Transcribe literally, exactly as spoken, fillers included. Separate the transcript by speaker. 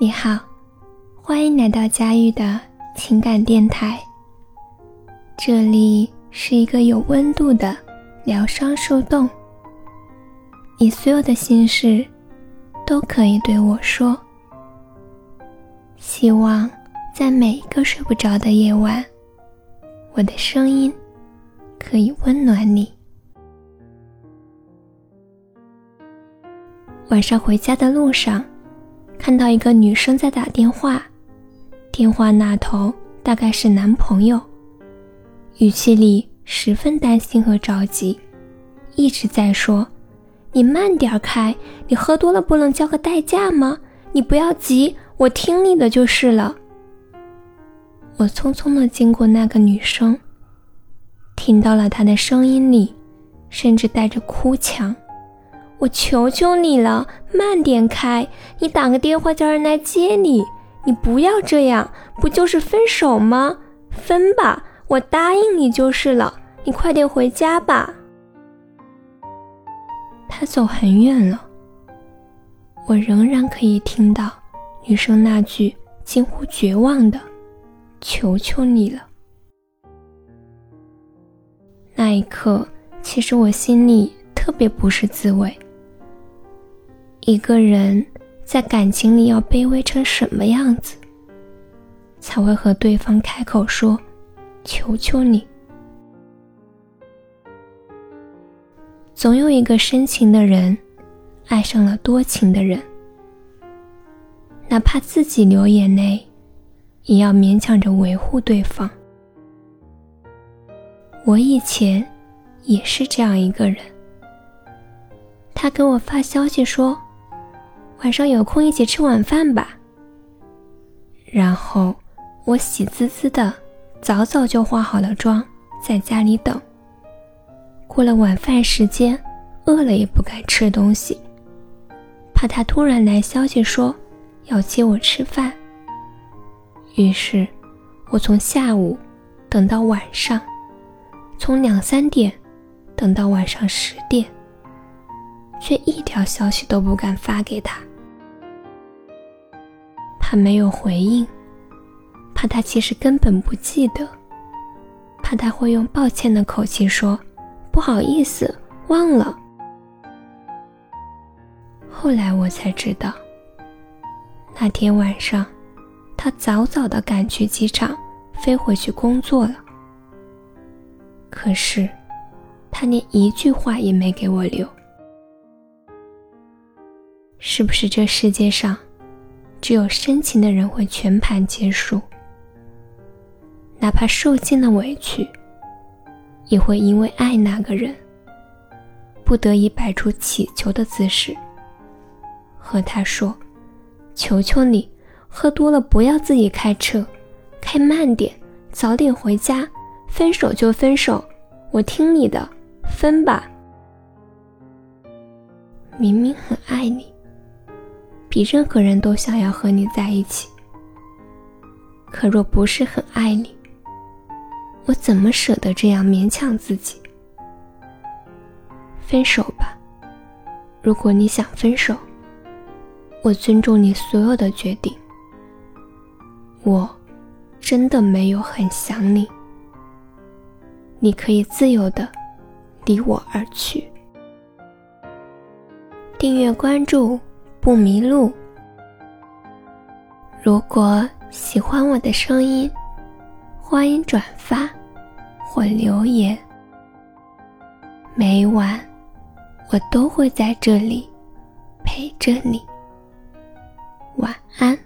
Speaker 1: 你好，欢迎来到佳玉的情感电台。这里是一个有温度的疗伤树洞，你所有的心事都可以对我说。希望在每一个睡不着的夜晚，我的声音可以温暖你。晚上回家的路上，看到一个女生在打电话，电话那头大概是男朋友，语气里十分担心和着急，一直在说：你慢点开，你喝多了不能交个代驾吗？你不要急，我听你的就是了。我匆匆地经过那个女生，听到了她的声音里甚至带着哭腔：我求求你了，慢点开，你打个电话叫人来接你，你不要这样，不就是分手吗？分吧，我答应你就是了，你快点回家吧。他走很远了，我仍然可以听到女生那句近乎绝望的求求你了。那一刻，其实我心里特别不是滋味。一个人在感情里要卑微成什么样子，才会和对方开口说求求你？总有一个深情的人爱上了多情的人，哪怕自己流眼泪，也要勉强着维护对方。我以前也是这样一个人，他给我发消息说晚上有空一起吃晚饭吧，然后我喜滋滋的早早就化好了妆，在家里等。过了晚饭时间，饿了也不敢吃东西，怕他突然来消息说要接我吃饭。于是我从下午等到晚上，从两三点等到晚上十点，却一条消息都不敢发给他。怕没有回应，怕他其实根本不记得，怕他会用抱歉的口气说不好意思，忘了。后来我才知道，那天晚上他早早地赶去机场，飞回去工作了。可是他连一句话也没给我留。是不是这世界上只有深情的人会全盘皆输？哪怕受尽了委屈，也会因为爱那个人，不得已摆出乞求的姿势，和他说求求你，喝多了不要自己开车，开慢点，早点回家，分手就分手，我听你的，分吧。明明很爱你，比任何人都想要和你在一起，可若不是很爱你，我怎么舍得这样勉强自己？分手吧，如果你想分手，我尊重你所有的决定。我真的没有很想你，你可以自由地离我而去。订阅关注不迷路。如果喜欢我的声音，欢迎转发或留言。每晚我都会在这里陪着你。晚安。